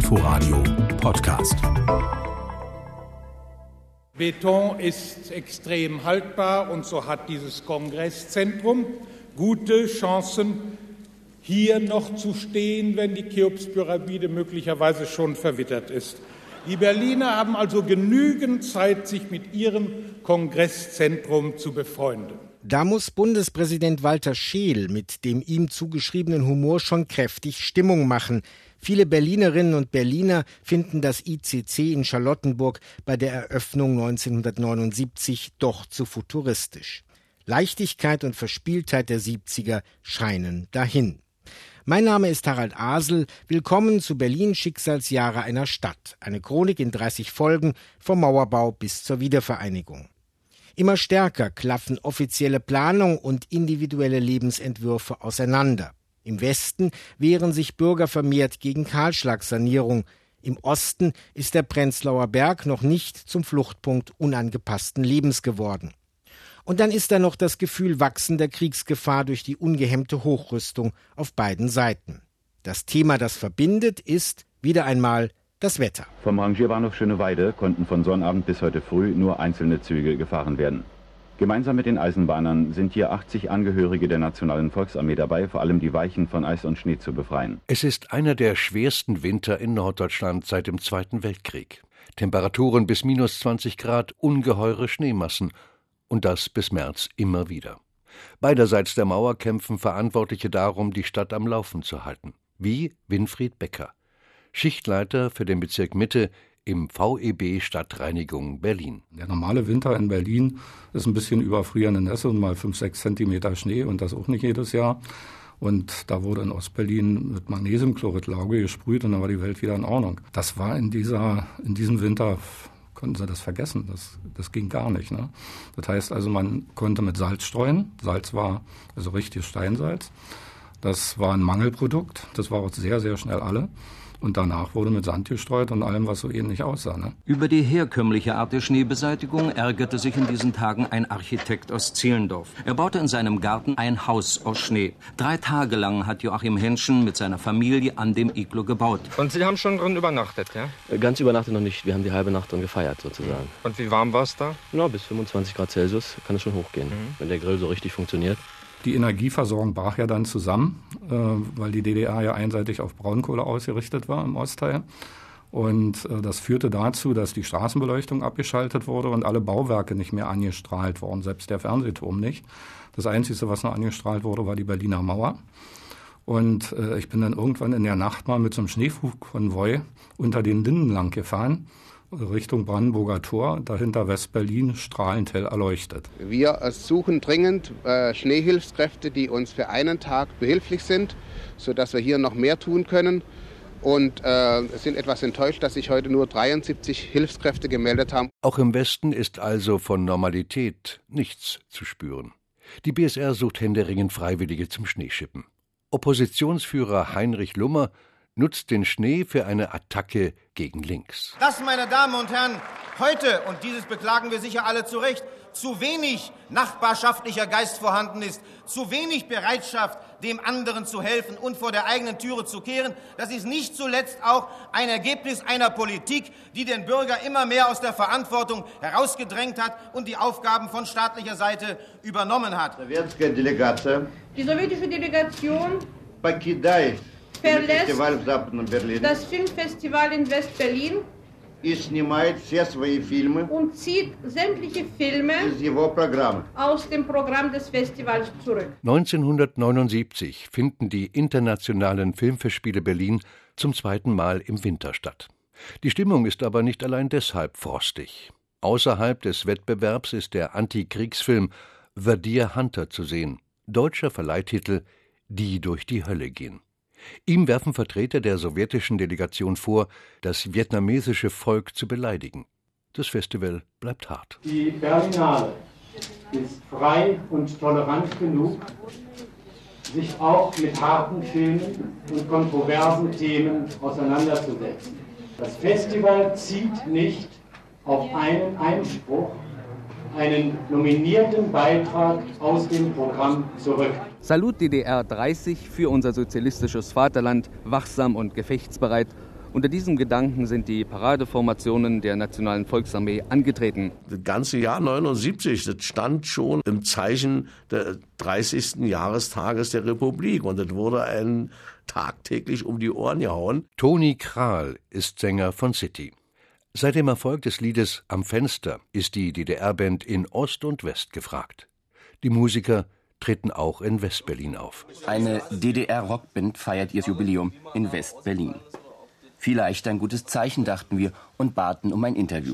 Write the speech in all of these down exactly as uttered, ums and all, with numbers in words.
Inforadio Podcast. Beton ist extrem haltbar und so hat dieses Kongresszentrum gute Chancen, hier noch zu stehen, wenn die Cheops-Pyramide möglicherweise schon verwittert ist. Die Berliner haben also genügend Zeit, sich mit ihrem Kongresszentrum zu befreunden. Da muss Bundespräsident Walter Scheel mit dem ihm zugeschriebenen Humor schon kräftig Stimmung machen. Viele Berlinerinnen und Berliner finden das I C C in Charlottenburg bei der Eröffnung neunzehnhundertneunundsiebzig doch zu futuristisch. Leichtigkeit und Verspieltheit der siebziger scheinen dahin. Mein Name ist Harald Asel. Willkommen zu Berlin Schicksalsjahre einer Stadt. Eine Chronik in dreißig Folgen vom Mauerbau bis zur Wiedervereinigung. Immer stärker klaffen offizielle Planung und individuelle Lebensentwürfe auseinander. Im Westen wehren sich Bürger vermehrt gegen Kahlschlagsanierung. Im Osten ist der Prenzlauer Berg noch nicht zum Fluchtpunkt unangepassten Lebens geworden. Und dann ist da noch das Gefühl wachsender Kriegsgefahr durch die ungehemmte Hochrüstung auf beiden Seiten. Das Thema, das verbindet, ist wieder einmal das Wetter. Vom Rangierbahnhof Schöneweide konnten von Sonnabend bis heute früh nur einzelne Züge gefahren werden. Gemeinsam mit den Eisenbahnern sind hier achtzig Angehörige der Nationalen Volksarmee dabei, vor allem die Weichen von Eis und Schnee zu befreien. Es ist einer der schwersten Winter in Norddeutschland seit dem Zweiten Weltkrieg. Temperaturen bis minus zwanzig Grad, ungeheure Schneemassen. Und das bis März immer wieder. Beiderseits der Mauer kämpfen Verantwortliche darum, die Stadt am Laufen zu halten. Wie Winfried Becker, Schichtleiter für den Bezirk Mitte im V E B Stadtreinigung Berlin. Der normale Winter in Berlin ist ein bisschen überfrierende Nässe und mal fünf, sechs Zentimeter Schnee und das auch nicht jedes Jahr. Und da wurde in Ostberlin mit Magnesiumchlorid Lauge gesprüht und dann war die Welt wieder in Ordnung. Das war in dieser, in diesem Winter... konnten sie das vergessen. Das, das ging gar nicht. Ne? Das heißt also, man konnte mit Salz streuen. Salz war also richtiges Steinsalz. Das war ein Mangelprodukt. Das war auch sehr, sehr schnell alle. Und danach wurde mit Sand gestreut und allem, was so ähnlich aussah. Ne? Über die herkömmliche Art der Schneebeseitigung ärgerte sich in diesen Tagen ein Architekt aus Zehlendorf. Er baute in seinem Garten ein Haus aus Schnee. Drei Tage lang hat Joachim Henschen mit seiner Familie an dem Iglu gebaut. Und Sie haben schon drin übernachtet, ja? Ganz übernachtet noch nicht. Wir haben die halbe Nacht drin gefeiert, sozusagen. Und wie warm war es da? Na, bis fünfundzwanzig Grad Celsius kann es schon hochgehen, mhm. wenn der Grill so richtig funktioniert. Die Energieversorgung brach ja dann zusammen, äh, weil die D D R ja einseitig auf Braunkohle ausgerichtet war im Ostteil. Und äh, das führte dazu, dass die Straßenbeleuchtung abgeschaltet wurde und alle Bauwerke nicht mehr angestrahlt wurden, selbst der Fernsehturm nicht. Das Einzige, was noch angestrahlt wurde, war die Berliner Mauer. Und äh, ich bin dann irgendwann in der Nacht mal mit so einem Schneeflugkonvoi unter den Linden lang gefahren, Richtung Brandenburger Tor, dahinter West-Berlin, strahlend hell erleuchtet. Wir suchen dringend äh, Schneehilfskräfte, die uns für einen Tag behilflich sind, sodass wir hier noch mehr tun können. Und äh, sind etwas enttäuscht, dass sich heute nur dreiundsiebzig Hilfskräfte gemeldet haben. Auch im Westen ist also von Normalität nichts zu spüren. Die B S R sucht händeringend Freiwillige zum Schneeschippen. Oppositionsführer Heinrich Lummer nutzt den Schnee für eine Attacke gegen links. Das, meine Damen und Herren, heute, und dieses beklagen wir sicher alle zu Recht, zu wenig nachbarschaftlicher Geist vorhanden ist, zu wenig Bereitschaft, dem anderen zu helfen und vor der eigenen Türe zu kehren. Das ist nicht zuletzt auch ein Ergebnis einer Politik, die den Bürger immer mehr aus der Verantwortung herausgedrängt hat und die Aufgaben von staatlicher Seite übernommen hat. Die sowjetische Delegation verlässt das Filmfestival in West-Berlin und zieht sämtliche Filme aus dem Programm des Festivals zurück. neunzehnhundertneunundsiebzig finden die Internationalen Filmfestspiele Berlin zum zweiten Mal im Winter statt. Die Stimmung ist aber nicht allein deshalb frostig. Außerhalb des Wettbewerbs ist der Antikriegsfilm The Deer Hunter zu sehen. Deutscher Verleihtitel Die durch die Hölle gehen. Ihm werfen Vertreter der sowjetischen Delegation vor, das vietnamesische Volk zu beleidigen. Das Festival bleibt hart. Die Berlinale ist frei und tolerant genug, sich auch mit harten Filmen und kontroversen Themen auseinanderzusetzen. Das Festival zieht nicht auf einen Einspruch einen nominierten Beitrag aus dem Programm zurück. Salut D D R dreißig für unser sozialistisches Vaterland, wachsam und gefechtsbereit. Unter diesem Gedanken sind die Paradeformationen der Nationalen Volksarmee angetreten. Das ganze Jahr neunundsiebzig, das stand schon im Zeichen des dreißigsten Jahrestages der Republik und das wurde einen tagtäglich um die Ohren gehauen. Toni Krahl ist Sänger von City. Seit dem Erfolg des Liedes Am Fenster ist die D D R-Band in Ost und West gefragt. Die Musiker treten auch in West-Berlin auf. Eine D D R-Rockband feiert ihr Jubiläum in West-Berlin. Vielleicht ein gutes Zeichen, dachten wir, und baten um ein Interview.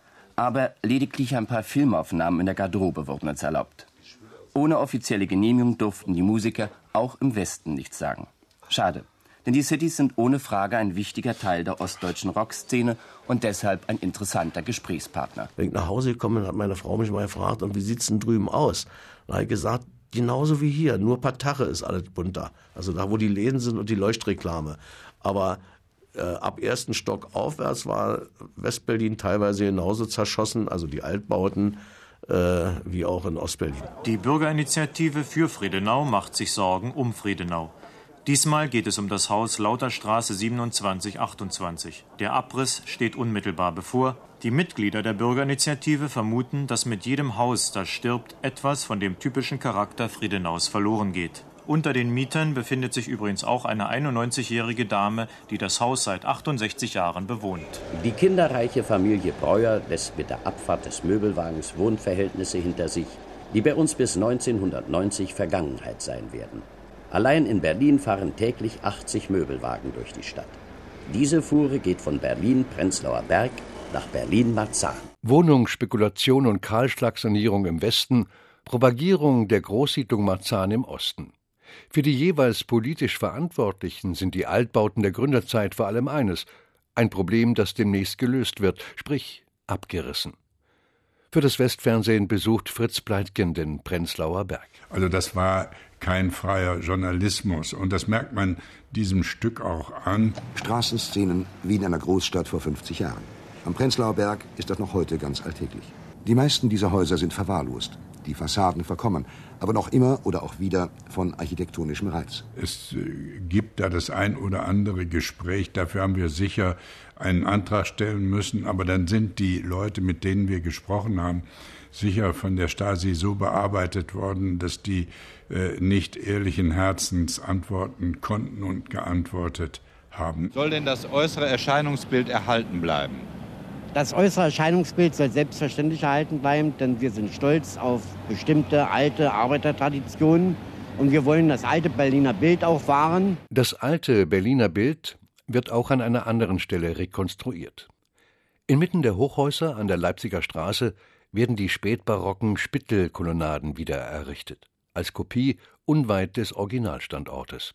Aber lediglich ein paar Filmaufnahmen in der Garderobe wurden uns erlaubt. Ohne offizielle Genehmigung durften die Musiker auch im Westen nichts sagen. Schade, denn die Citys sind ohne Frage ein wichtiger Teil der ostdeutschen Rockszene und deshalb ein interessanter Gesprächspartner. Wenn ich nach Hause gekommen bin, hat meine Frau mich mal gefragt, und wie sieht's denn drüben aus? Da habe ich gesagt, genauso wie hier, nur Partache ist alles bunter. Also da, wo die Läden sind und die Leuchtreklame. Aber äh, ab ersten Stock aufwärts war Westberlin teilweise genauso zerschossen, also die Altbauten, äh, wie auch in Ostberlin. Die Bürgerinitiative für Friedenau macht sich Sorgen um Friedenau. Diesmal geht es um das Haus Lauterstraße siebenundzwanzig achtundzwanzig. Der Abriss steht unmittelbar bevor. Die Mitglieder der Bürgerinitiative vermuten, dass mit jedem Haus, das stirbt, etwas von dem typischen Charakter Friedenaus verloren geht. Unter den Mietern befindet sich übrigens auch eine einundneunzigjährige Dame, die das Haus seit achtundsechzig Jahren bewohnt. Die kinderreiche Familie Breuer lässt mit der Abfahrt des Möbelwagens Wohnverhältnisse hinter sich, die bei uns bis neunzehnhundertneunzig Vergangenheit sein werden. Allein in Berlin fahren täglich achtzig Möbelwagen durch die Stadt. Diese Fuhre geht von Berlin-Prenzlauer Berg nach Berlin-Marzahn. Wohnungsspekulation und Kahlschlagsanierung im Westen, Propagierung der Großsiedlung Marzahn im Osten. Für die jeweils politisch Verantwortlichen sind die Altbauten der Gründerzeit vor allem eines: ein Problem, das demnächst gelöst wird, sprich abgerissen. Für das Westfernsehen besucht Fritz Pleitgen den Prenzlauer Berg. Also das war kein freier Journalismus. Und das merkt man diesem Stück auch an. Straßenszenen wie in einer Großstadt vor fünfzig Jahren. Am Prenzlauer Berg ist das noch heute ganz alltäglich. Die meisten dieser Häuser sind verwahrlost, die Fassaden verkommen, aber noch immer oder auch wieder von architektonischem Reiz. Es gibt da das ein oder andere Gespräch, dafür haben wir sicher einen Antrag stellen müssen, aber dann sind die Leute, mit denen wir gesprochen haben, sicher von der Stasi so bearbeitet worden, dass die äh, nicht ehrlichen Herzens antworten konnten und geantwortet haben. Soll denn das äußere Erscheinungsbild erhalten bleiben? Das äußere Erscheinungsbild soll selbstverständlich erhalten bleiben, denn wir sind stolz auf bestimmte alte Arbeitertraditionen und wir wollen das alte Berliner Bild auch wahren. Das alte Berliner Bild wird auch an einer anderen Stelle rekonstruiert. Inmitten der Hochhäuser an der Leipziger Straße werden die spätbarocken Spittelkolonnaden wieder errichtet, als Kopie unweit des Originalstandortes.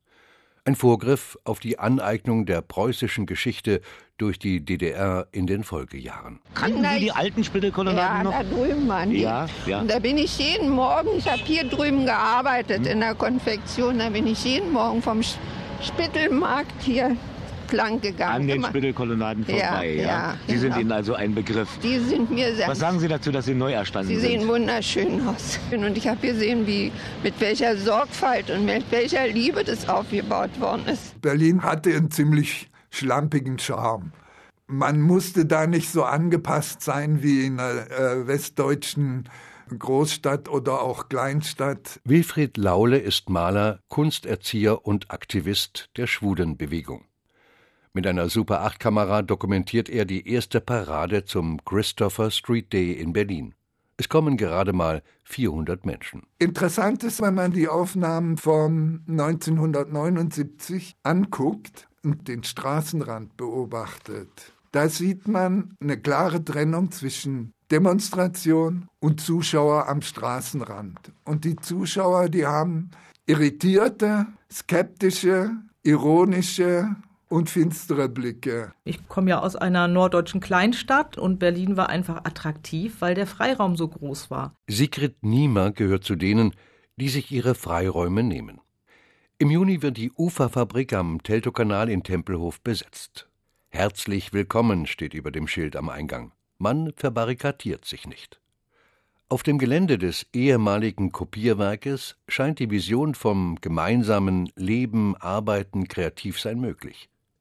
Ein Vorgriff auf die Aneignung der preußischen Geschichte durch die D D R in den Folgejahren. Kannten Sie die alten Spittelkolonnaden ja, noch? Ja, da drüben waren die. Ja, ja. Und da bin ich jeden Morgen, ich habe hier drüben gearbeitet hm. in der Konfektion, da bin ich jeden Morgen vom Spittelmarkt hier lang gegangen. An den Spittelkolonnaden vorbei, ja. ja. ja Die genau. sind Ihnen also ein Begriff. Die sind mir sehr. Was sagen Sie dazu, dass sie neu erstanden sie sind? Sie sehen wunderschön aus. Und ich habe gesehen, wie, mit welcher Sorgfalt und mit welcher Liebe das aufgebaut worden ist. Berlin hatte einen ziemlich schlampigen Charme. Man musste da nicht so angepasst sein wie in einer äh, westdeutschen Großstadt oder auch Kleinstadt. Wilfried Laule ist Maler, Kunsterzieher und Aktivist der Schwulenbewegung. Mit einer Super acht Kamera dokumentiert er die erste Parade zum Christopher Street Day in Berlin. Es kommen gerade mal vierhundert Menschen. Interessant ist, wenn man die Aufnahmen von neunzehnhundertneunundsiebzig anguckt und den Straßenrand beobachtet. Da sieht man eine klare Trennung zwischen Demonstration und Zuschauer am Straßenrand. Und die Zuschauer, die haben irritierte, skeptische, ironische und finstere Blicke. Ich komme ja aus einer norddeutschen Kleinstadt und Berlin war einfach attraktiv, weil der Freiraum so groß war. Sigrid Niemer gehört zu denen, die sich ihre Freiräume nehmen. Im Juni wird die Uferfabrik am Teltowkanal in Tempelhof besetzt. Herzlich willkommen steht über dem Schild am Eingang. Man verbarrikadiert sich nicht. Auf dem Gelände des ehemaligen Kopierwerkes scheint die Vision vom gemeinsamen Leben, Arbeiten, Kreativsein möglich.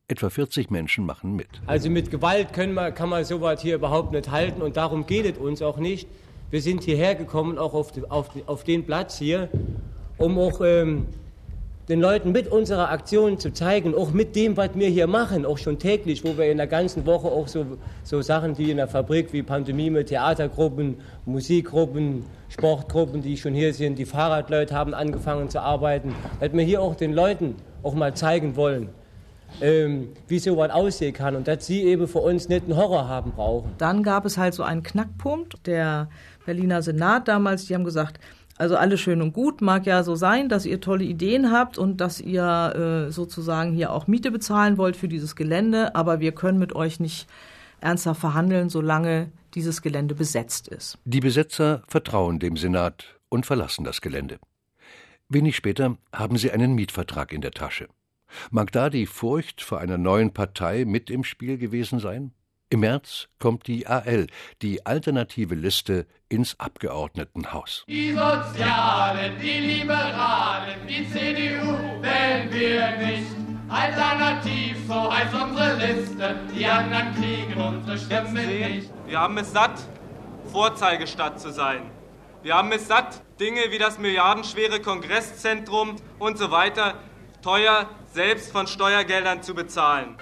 Etwa vierzig Menschen machen mit. Also mit Gewalt können wir, kann man sowas hier überhaupt nicht halten und darum geht es uns auch nicht. Wir sind hierher gekommen, auch auf, die, auf, die, auf den Platz hier, um auch ähm, den Leuten mit unserer Aktion zu zeigen, auch mit dem, was wir hier machen, auch schon täglich, wo wir in der ganzen Woche auch so, so Sachen wie in der Fabrik, wie Pantomime, Theatergruppen, Musikgruppen, Sportgruppen, die schon hier sind, die Fahrradleute haben angefangen zu arbeiten, dass wir hier auch den Leuten auch mal zeigen wollen, ähm, wie sowas aussehen kann und dass sie eben für uns nicht einen Horror haben brauchen. Dann gab es halt so einen Knackpunkt. Der Berliner Senat damals, die haben gesagt, also alles schön und gut, mag ja so sein, dass ihr tolle Ideen habt und dass ihr äh, sozusagen hier auch Miete bezahlen wollt für dieses Gelände, aber wir können mit euch nicht ernsthaft verhandeln, solange dieses Gelände besetzt ist. Die Besetzer vertrauen dem Senat und verlassen das Gelände. Wenig später haben sie einen Mietvertrag in der Tasche. Mag da die Furcht vor einer neuen Partei mit im Spiel gewesen sein? Im März kommt die A L, die alternative Liste, ins Abgeordnetenhaus. Die Sozialen, die Liberalen, die C D U wählen wir nicht. Alternativ, so heißt unsere Liste, die anderen kriegen unsere Stimmen nicht. Wir haben es satt, Vorzeigestadt zu sein. Wir haben es satt, Dinge wie das milliardenschwere Kongresszentrum und so weiter teuer selbst von Steuergeldern zu bezahlen.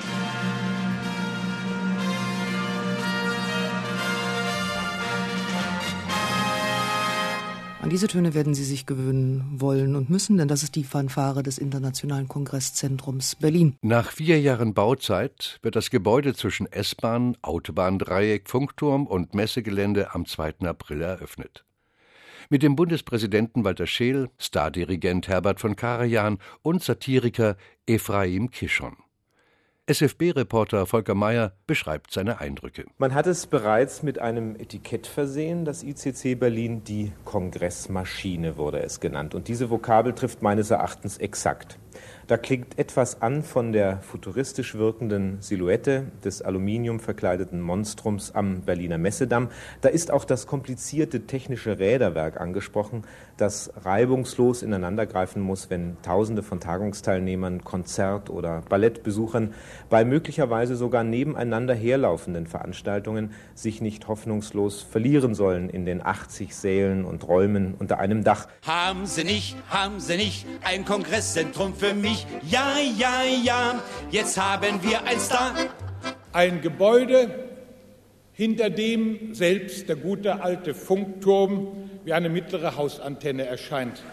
An diese Töne werden Sie sich gewöhnen wollen und müssen, denn das ist die Fanfare des Internationalen Kongresszentrums Berlin. Nach vier Jahren Bauzeit wird das Gebäude zwischen S-Bahn, Autobahndreieck, Funkturm und Messegelände am zweiten April eröffnet. Mit dem Bundespräsidenten Walter Scheel, Stardirigent Herbert von Karajan und Satiriker Ephraim Kishon. S F B-Reporter Volker Meyer beschreibt seine Eindrücke. Man hat es bereits mit einem Etikett versehen, das I C C Berlin, die Kongressmaschine wurde es genannt. Und diese Vokabel trifft meines Erachtens exakt. Da klingt etwas an von der futuristisch wirkenden Silhouette des aluminiumverkleideten Monstrums am Berliner Messedamm. Da ist auch das komplizierte technische Räderwerk angesprochen, das reibungslos ineinandergreifen muss, wenn Tausende von Tagungsteilnehmern, Konzert- oder Ballettbesuchern bei möglicherweise sogar nebeneinander herlaufenden Veranstaltungen sich nicht hoffnungslos verlieren sollen in den achtzig Sälen und Räumen unter einem Dach. Haben Sie nicht, haben Sie nicht ein Kongresszentrum für mich? Ja, ja, ja, jetzt haben wir ein Star. Ein Gebäude, hinter dem selbst der gute alte Funkturm wie eine mittlere Hausantenne erscheint.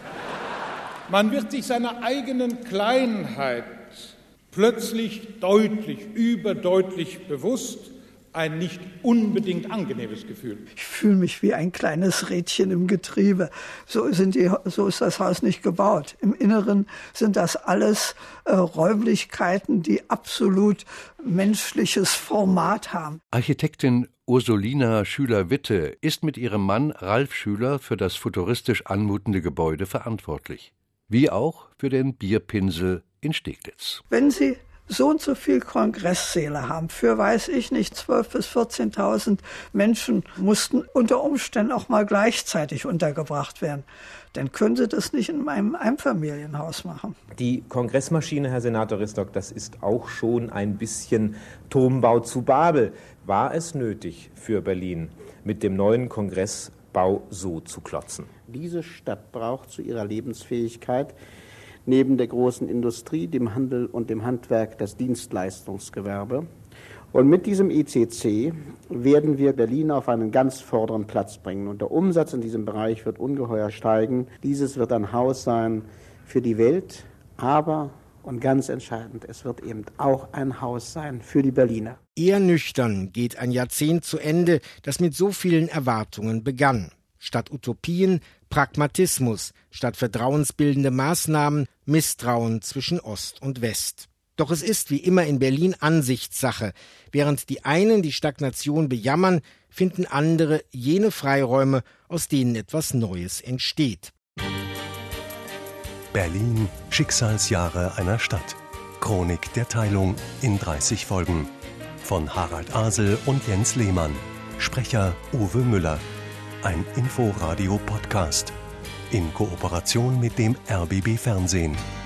Man wird sich seiner eigenen Kleinheit plötzlich deutlich, überdeutlich bewusst. Ein nicht unbedingt angenehmes Gefühl. Ich fühle mich wie ein kleines Rädchen im Getriebe. So, sind die, so ist das Haus nicht gebaut. Im Inneren sind das alles äh, Räumlichkeiten, die absolut menschliches Format haben. Architektin Ursulina Schüler-Witte ist mit ihrem Mann Ralf Schüler für das futuristisch anmutende Gebäude verantwortlich. Wie auch für den Bierpinsel in Steglitz. Wenn Sie so und so viel Kongresssäle haben, für, weiß ich nicht, zwölftausend bis vierzehntausend Menschen mussten unter Umständen auch mal gleichzeitig untergebracht werden. Dann können Sie das nicht in meinem Einfamilienhaus machen. Die Kongressmaschine, Herr Senator Ristock, das ist auch schon ein bisschen Turmbau zu Babel. War es nötig für Berlin, mit dem neuen Kongressbau so zu klotzen? Diese Stadt braucht zu ihrer Lebensfähigkeit neben der großen Industrie, dem Handel und dem Handwerk das Dienstleistungsgewerbe. Und mit diesem I C C werden wir Berlin auf einen ganz vorderen Platz bringen. Und der Umsatz in diesem Bereich wird ungeheuer steigen. Dieses wird ein Haus sein für die Welt, aber, und ganz entscheidend, es wird eben auch ein Haus sein für die Berliner. Eher nüchtern geht ein Jahrzehnt zu Ende, das mit so vielen Erwartungen begann. Statt Utopien Pragmatismus, statt vertrauensbildende Maßnahmen Misstrauen zwischen Ost und West. Doch es ist wie immer in Berlin Ansichtssache. Während die einen die Stagnation bejammern, finden andere jene Freiräume, aus denen etwas Neues entsteht. Berlin, Schicksalsjahre einer Stadt. Chronik der Teilung in dreißig Folgen. Von Harald Asel und Jens Lehmann. Sprecher Uwe Müller. Ein Info-Radio-Podcast in Kooperation mit dem R B B Fernsehen.